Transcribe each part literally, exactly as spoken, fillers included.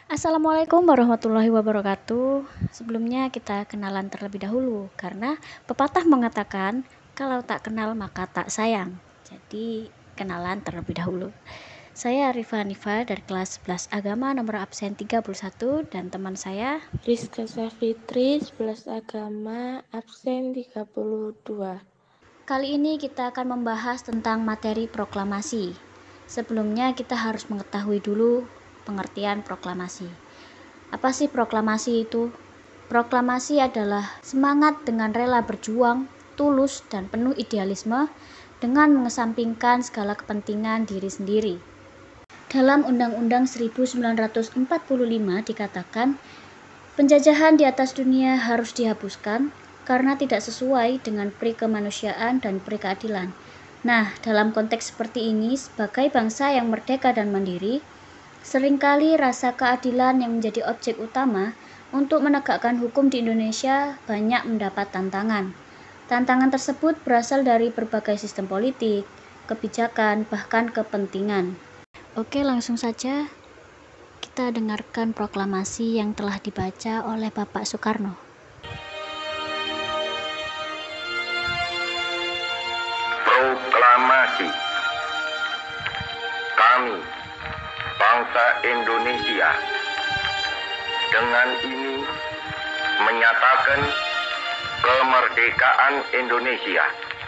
Assalamualaikum warahmatullahi wabarakatuh. Sebelumnya kita kenalan terlebih dahulu karena pepatah mengatakan kalau tak kenal maka tak sayang. Jadi kenalan terlebih dahulu. Saya Rifa Hanifa dari kelas sebelas Agama nomor absen tiga puluh satu dan teman saya Rizka Safitri, sebelas Agama, absen tiga puluh dua. Kali ini kita akan membahas tentang materi proklamasi. Sebelumnya kita harus mengetahui dulu pengertian proklamasi. Apa sih proklamasi itu? Proklamasi adalah semangat dengan rela berjuang, tulus dan penuh idealisme dengan mengesampingkan segala kepentingan diri sendiri. Dalam Undang-Undang seribu sembilan ratus empat puluh lima dikatakan, penjajahan di atas dunia harus dihapuskan karena tidak sesuai dengan peri kemanusiaan dan peri keadilan. Nah, dalam konteks seperti ini, sebagai bangsa yang merdeka dan mandiri, seringkali rasa keadilan yang menjadi objek utama untuk menegakkan hukum di Indonesia banyak mendapat tantangan. Tantangan tersebut berasal dari berbagai sistem politik, kebijakan, bahkan kepentingan. Oke, langsung saja kita dengarkan proklamasi yang telah dibaca oleh Bapak Soekarno. Proklamasi. Kami, bangsa Indonesia, dengan ini menyatakan kemerdekaan Indonesia.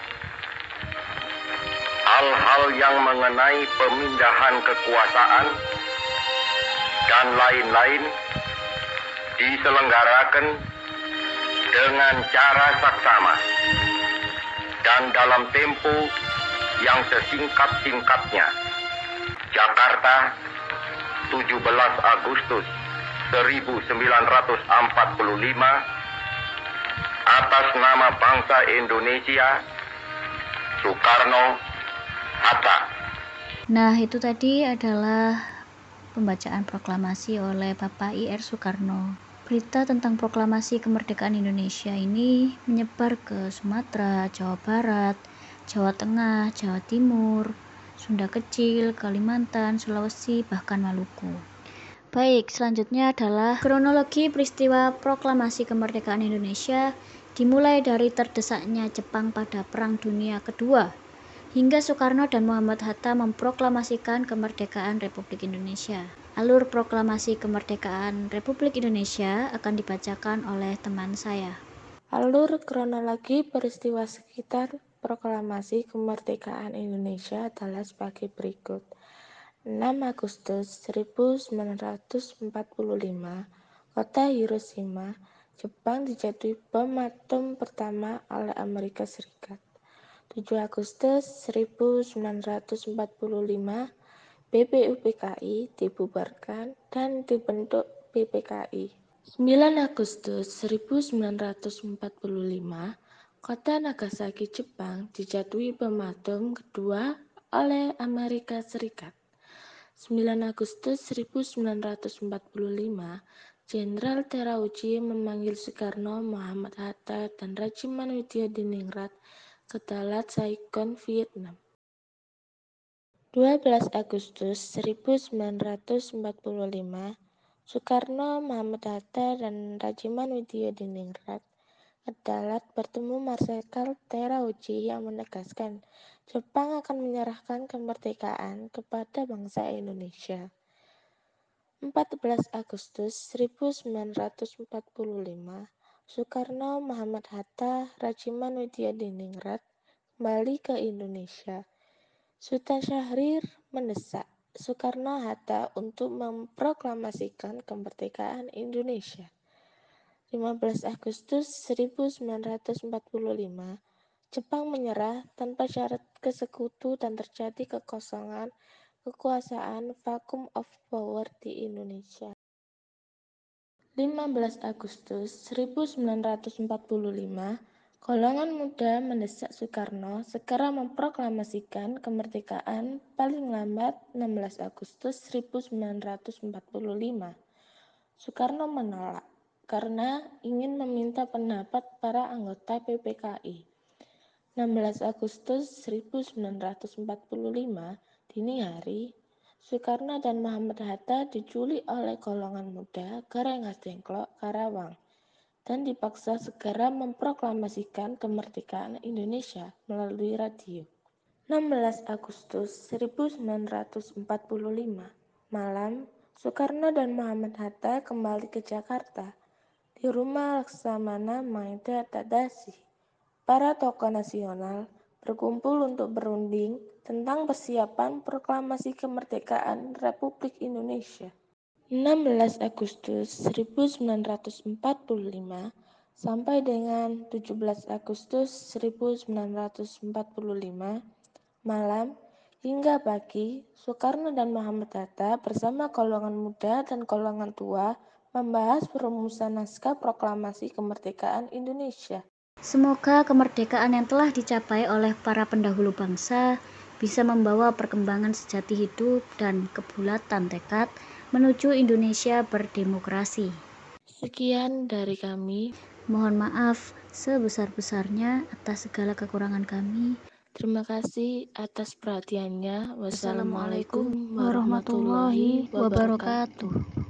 Hal-hal yang mengenai pemindahan kekuasaan dan lain-lain diselenggarakan dengan cara saksama dan dalam tempo yang sesingkat-singkatnya. Jakarta, tujuh belas Agustus seribu sembilan ratus empat puluh lima, atas nama bangsa Indonesia, Soekarno Hatta. Nah, itu tadi adalah pembacaan proklamasi oleh Bapak I R Soekarno. Berita tentang proklamasi kemerdekaan Indonesia ini menyebar ke Sumatera, Jawa Barat, Jawa Tengah, Jawa Timur, Sunda Kecil, Kalimantan, Sulawesi, bahkan Maluku. Baik, selanjutnya adalah kronologi peristiwa proklamasi kemerdekaan Indonesia dimulai dari terdesaknya Jepang pada Perang Dunia Kedua hingga Soekarno dan Muhammad Hatta memproklamasikan kemerdekaan Republik Indonesia. Alur proklamasi kemerdekaan Republik Indonesia akan dibacakan oleh teman saya. Alur kronologi peristiwa sekitar proklamasi kemerdekaan Indonesia adalah sebagai berikut. enam Agustus seribu sembilan ratus empat puluh lima, kota Hiroshima, Jepang dijatuhi bom atom pertama oleh Amerika Serikat. tujuh Agustus seribu sembilan ratus empat puluh lima, B P U P K I dibubarkan dan dibentuk B P K I. sembilan Agustus seribu sembilan ratus empat puluh lima, kota Nagasaki, Jepang dijatuhi bom atom kedua oleh Amerika Serikat. sembilan Agustus seribu sembilan ratus empat puluh lima, Jenderal Terauchi memanggil Soekarno, Muhammad Hatta, dan Rajiman Widyadiningrat ke Dalat Saigon, Vietnam. dua belas Agustus seribu sembilan ratus empat puluh lima, Soekarno, Muhammad Hatta, dan Rajiman Widyadiningrat ke Dalat bertemu Marsekal Terauchi yang menegaskan Jepang akan menyerahkan kemerdekaan kepada bangsa Indonesia. empat belas Agustus seribu sembilan ratus empat puluh lima, Soekarno, Muhammad Hatta, Rajiman Widyadiningrat kembali ke Indonesia. Sultan Syahrir mendesak Soekarno-Hatta untuk memproklamasikan kemerdekaan Indonesia. lima belas Agustus seribu sembilan ratus empat puluh lima, Jepang menyerah tanpa syarat ke sekutu dan terjadi kekosongan kekuasaan vacuum of power di Indonesia. lima belas Agustus seribu sembilan ratus empat puluh lima, golongan muda mendesak Soekarno segera memproklamasikan kemerdekaan paling lambat enam belas Agustus seribu sembilan ratus empat puluh lima. Soekarno menolak karena ingin meminta pendapat para anggota P P K I. enam belas Agustus seribu sembilan ratus empat puluh lima, dini hari, Soekarno dan Muhammad Hatta diculik oleh golongan muda Karengas Dengklok, Karawang, dan dipaksa segera memproklamasikan kemerdekaan Indonesia melalui radio. enam belas Agustus seribu sembilan ratus empat puluh lima, malam, Soekarno dan Muhammad Hatta kembali ke Jakarta. Di rumah Laksamana Maeda Tadashi, para tokoh nasional berkumpul untuk berunding tentang persiapan proklamasi kemerdekaan Republik Indonesia. enam belas Agustus seribu sembilan ratus empat puluh lima sampai dengan tujuh belas Agustus seribu sembilan ratus empat puluh lima, malam hingga pagi, Soekarno dan Muhammad Hatta bersama golongan muda dan golongan tua membahas perumusan naskah proklamasi kemerdekaan Indonesia. Semoga kemerdekaan yang telah dicapai oleh para pendahulu bangsa bisa membawa perkembangan sejati hidup dan kebulatan tekad menuju Indonesia berdemokrasi. Sekian dari kami. Mohon maaf sebesar-besarnya atas segala kekurangan kami. Terima kasih atas perhatiannya. Wassalamualaikum warahmatullahi wabarakatuh.